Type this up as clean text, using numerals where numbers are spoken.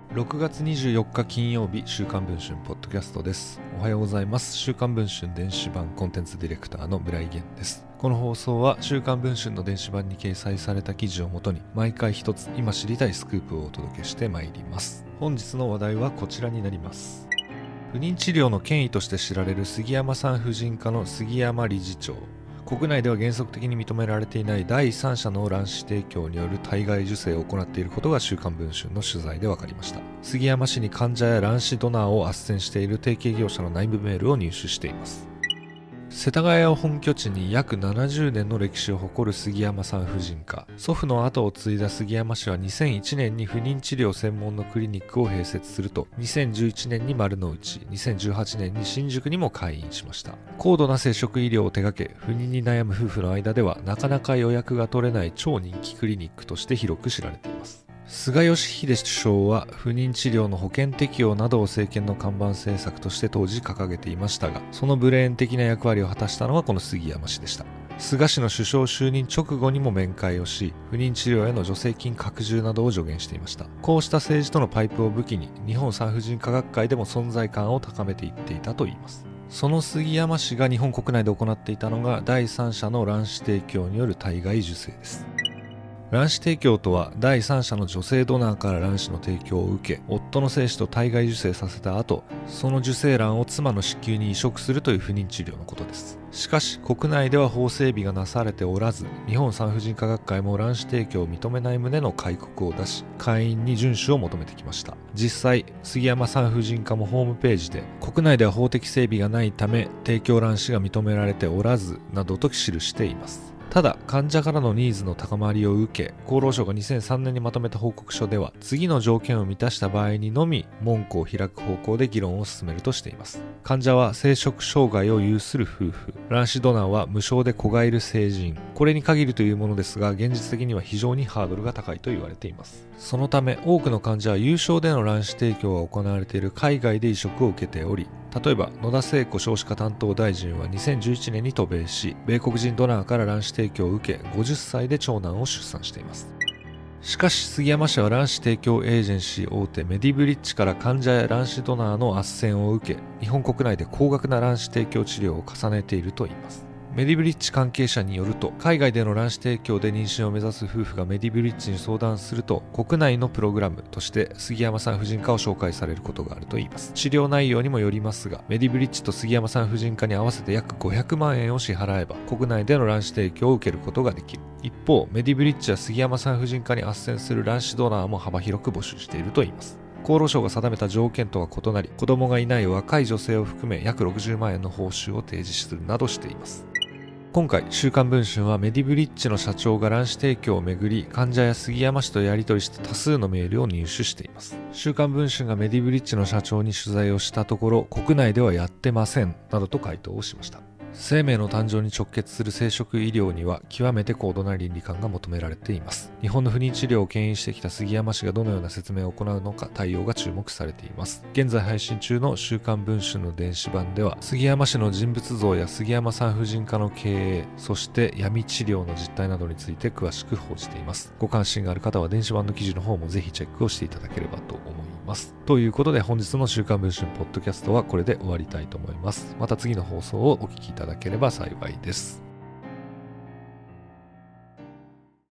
6月24日金曜日、週刊文春ポッドキャストです。おはようございます。週刊文春電子版コンテンツディレクターの村井源です。この放送は週刊文春の電子版に掲載された記事をもとに毎回一つ今知りたいスクープをお届けしてまいります。本日の話題はこちらになります。不妊治療の権威として知られる杉山産婦人科の杉山理事長。国内では原則的に認められていない第三者の卵子提供による体外受精を行っていることが週刊文春の取材で分かりました。杉山市に患者や卵子ドナーを斡旋している提携業者の内部メールを入手しています。世田谷を本拠地に約70年の歴史を誇る杉山産婦人科。祖父の後を継いだ杉山氏は2001年に不妊治療専門のクリニックを併設すると、2011年に丸の内、2018年に新宿にも開院しました。高度な生殖医療を手掛け、不妊に悩む夫婦の間ではなかなか予約が取れない超人気クリニックとして広く知られています。菅義偉首相は不妊治療の保険適用などを政権の看板政策として当時掲げていましたが、そのブレーン的な役割を果たしたのはこの杉山氏でした。菅氏の首相就任直後にも面会をし、不妊治療への助成金拡充などを助言していました。こうした政治とのパイプを武器に、日本産婦人科学会でも存在感を高めていっていたといいます。その杉山氏が日本国内で行っていたのが第三者の卵子提供による体外受精です。卵子提供とは、第三者の女性ドナーから卵子の提供を受け、夫の精子と体外受精させた後、その受精卵を妻の子宮に移植するという不妊治療のことです。しかし、国内では法整備がなされておらず、日本産婦人科学会も卵子提供を認めない旨の戒告を出し、会員に遵守を求めてきました。実際、杉山産婦人科もホームページで、国内では法的整備がないため、提供卵子が認められておらず、などと記しています。ただ、患者からのニーズの高まりを受け、厚労省が2003年にまとめた報告書では、次の条件を満たした場合にのみ門戸を開く方向で議論を進めるとしています。患者は生殖障害を有する夫婦、卵子ドナーは無償で子がいる成人、これに限るというものですが、現実的には非常にハードルが高いと言われています。そのため、多くの患者は有償での卵子提供が行われている海外で移植を受けており、例えば野田聖子少子化担当大臣は2011年に渡米し、米国人ドナーから卵子提供を受け、50歳で長男を出産しています。しかし杉山氏は卵子提供エージェンシー大手メディブリッジから患者や卵子ドナーの斡旋を受け、日本国内で高額な卵子提供治療を重ねているといいます。メディブリッジ関係者によると、海外での卵子提供で妊娠を目指す夫婦がメディブリッジに相談すると、国内のプログラムとして杉山産婦人科を紹介されることがあるといいます。治療内容にもよりますが、メディブリッジと杉山産婦人科に合わせて約500万円を支払えば、国内での卵子提供を受けることができる。一方、メディブリッジや杉山産婦人科に斡旋する卵子ドナーも幅広く募集しているといいます。厚労省が定めた条件とは異なり、子供がいない若い女性を含め約60万円の報酬を提示するなどしています。今回、週刊文春はメディブリッジの社長が卵子提供をめぐり、患者や杉山氏とやり取りして多数のメールを入手しています。週刊文春がメディブリッジの社長に取材をしたところ、国内ではやってません、などと回答をしました。生命の誕生に直結する生殖医療には極めて高度な倫理観が求められています。日本の不妊治療を牽引してきた杉山氏がどのような説明を行うのか対応が注目されています。現在配信中の週刊文春の電子版では、杉山氏の人物像や杉山産婦人科の経営、そして闇治療の実態などについて詳しく報じています。ご関心がある方は電子版の記事の方もぜひチェックをしていただければと思います。ということで本日の週刊文春ポッドキャストはこれで終わりたいと思います。また次の放送をお聞きいただければ幸いです。